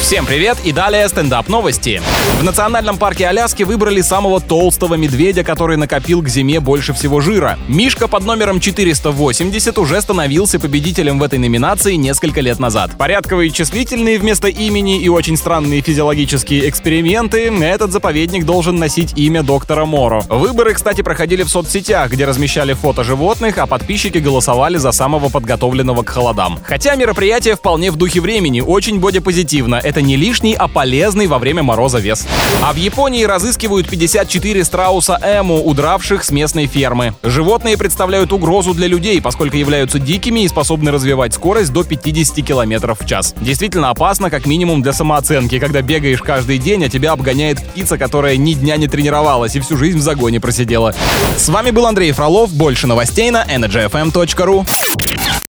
Всем привет и далее стендап-новости. В национальном парке Аляски выбрали самого толстого медведя, который накопил к зиме больше всего жира. Мишка под номером 480 уже становился победителем в этой номинации несколько лет назад. Порядковые числительные вместо имени и очень странные физиологические эксперименты — этот заповедник должен носить имя доктора Моро. Выборы, кстати, проходили в соцсетях, где размещали фото животных, а подписчики голосовали за самого подготовленного к холодам. Хотя мероприятие вполне в духе времени, очень бодипозитивно. Это не лишний, а полезный во время мороза вес. А в Японии разыскивают 54 страуса эму, удравших с местной фермы. Животные представляют угрозу для людей, поскольку являются дикими и способны развивать скорость до 50 км в час. Действительно опасно, как минимум для самооценки, когда бегаешь каждый день, а тебя обгоняет птица, которая ни дня не тренировалась и всю жизнь в загоне просидела. С вами был Андрей Фролов. Больше новостей на energyfm.ru.